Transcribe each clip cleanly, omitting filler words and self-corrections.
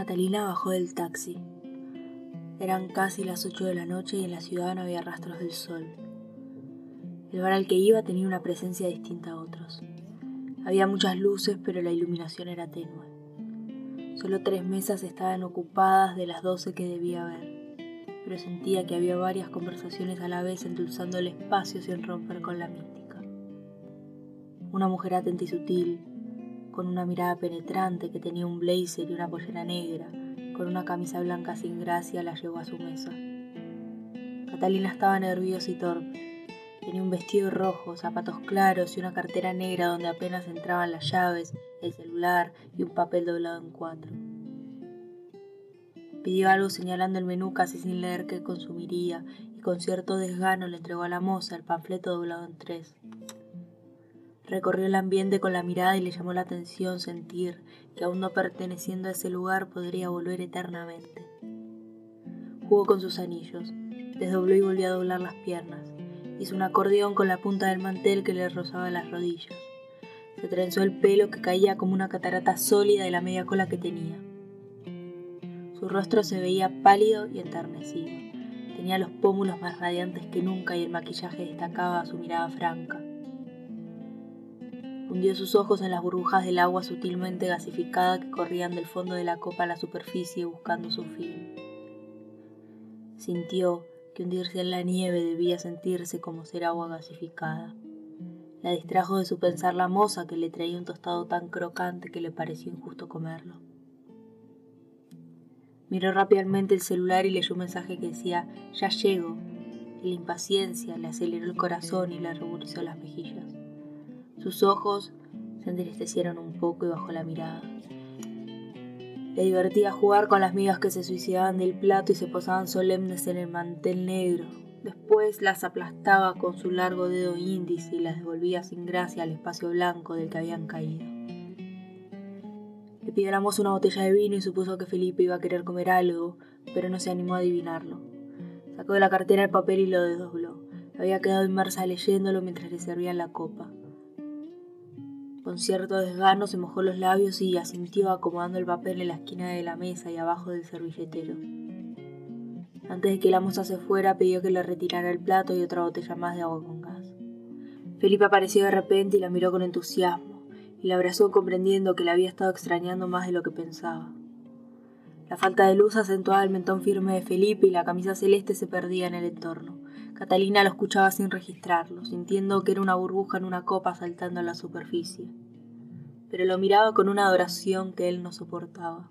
Catalina bajó del taxi. Eran casi las 8 de la noche y en la ciudad no había rastros del sol. El bar al que iba tenía una presencia distinta a otros. Había muchas luces, pero la iluminación era tenue. Solo 3 mesas estaban ocupadas de las 12 que debía haber, pero sentía que había varias conversaciones a la vez endulzando el espacio sin romper con la mística. Una mujer atenta y sutil, con una mirada penetrante, que tenía un blazer y una pollera negra, con una camisa blanca sin gracia, la llevó a su mesa. Catalina estaba nerviosa y torpe. Tenía un vestido rojo, zapatos claros y una cartera negra donde apenas entraban las llaves, el celular y un papel doblado en 4. Pidió algo señalando el menú casi sin leer qué consumiría y con cierto desgano le entregó a la moza el panfleto doblado en 3. Recorrió el ambiente con la mirada y le llamó la atención sentir que aún no perteneciendo a ese lugar podría volver eternamente. Jugó con sus anillos, desdobló y volvió a doblar las piernas. Hizo un acordeón con la punta del mantel que le rozaba las rodillas. Se trenzó el pelo que caía como una catarata sólida de la media cola que tenía. Su rostro se veía pálido y enternecido. Tenía los pómulos más radiantes que nunca y el maquillaje destacaba su mirada franca. Hundió sus ojos en las burbujas del agua sutilmente gasificada que corrían del fondo de la copa a la superficie buscando su fin. Sintió que hundirse en la nieve debía sentirse como ser agua gasificada. La distrajo de su pensar la moza que le traía un tostado tan crocante que le pareció injusto comerlo. Miró rápidamente el celular y leyó un mensaje que decía «Ya llego». Y la impaciencia le aceleró el corazón y le ruborizó las mejillas. Sus ojos se entristecieron un poco y bajó la mirada. Le divertía jugar con las migas que se suicidaban del plato y se posaban solemnes en el mantel negro. Después las aplastaba con su largo dedo índice y las devolvía sin gracia al espacio blanco del que habían caído. Le pidió a la moza una botella de vino y supuso que Felipe iba a querer comer algo, pero no se animó a adivinarlo. Sacó de la cartera el papel y lo desdobló. Había quedado inmersa leyéndolo mientras le servían la copa. Con cierto desgano se mojó los labios y asintió acomodando el papel en la esquina de la mesa y abajo del servilletero. Antes de que la moza se fuera, pidió que le retirara el plato y otra botella más de agua con gas. Felipe apareció de repente y la miró con entusiasmo, y la abrazó comprendiendo que la había estado extrañando más de lo que pensaba. La falta de luz acentuaba el mentón firme de Felipe y la camisa celeste se perdía en el entorno. Catalina lo escuchaba sin registrarlo, sintiendo que era una burbuja en una copa saltando a la superficie. Pero lo miraba con una adoración que él no soportaba.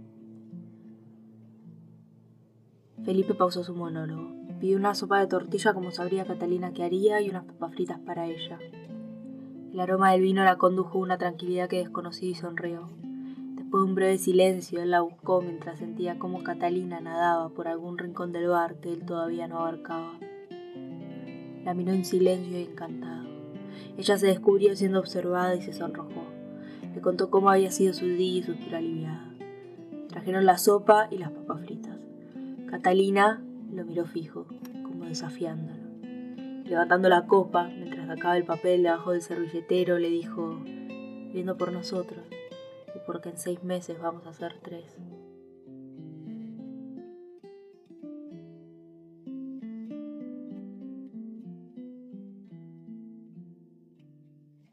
Felipe pausó su monólogo. Pidió una sopa de tortilla como sabría Catalina que haría y unas papas fritas para ella. El aroma del vino la condujo a una tranquilidad que desconoció y sonrió. Después de un breve silencio, él la buscó mientras sentía cómo Catalina nadaba por algún rincón del bar que él todavía no abarcaba. La miró en silencio y encantado. Ella se descubrió siendo observada y se sonrojó. Le contó cómo había sido su día y suspiró aliviada. Trajeron la sopa y las papas fritas. Catalina lo miró fijo, como desafiándolo. Levantando la copa, mientras sacaba el papel debajo del servilletero, le dijo: «Brindo por nosotros, y porque en 6 meses vamos a ser 3».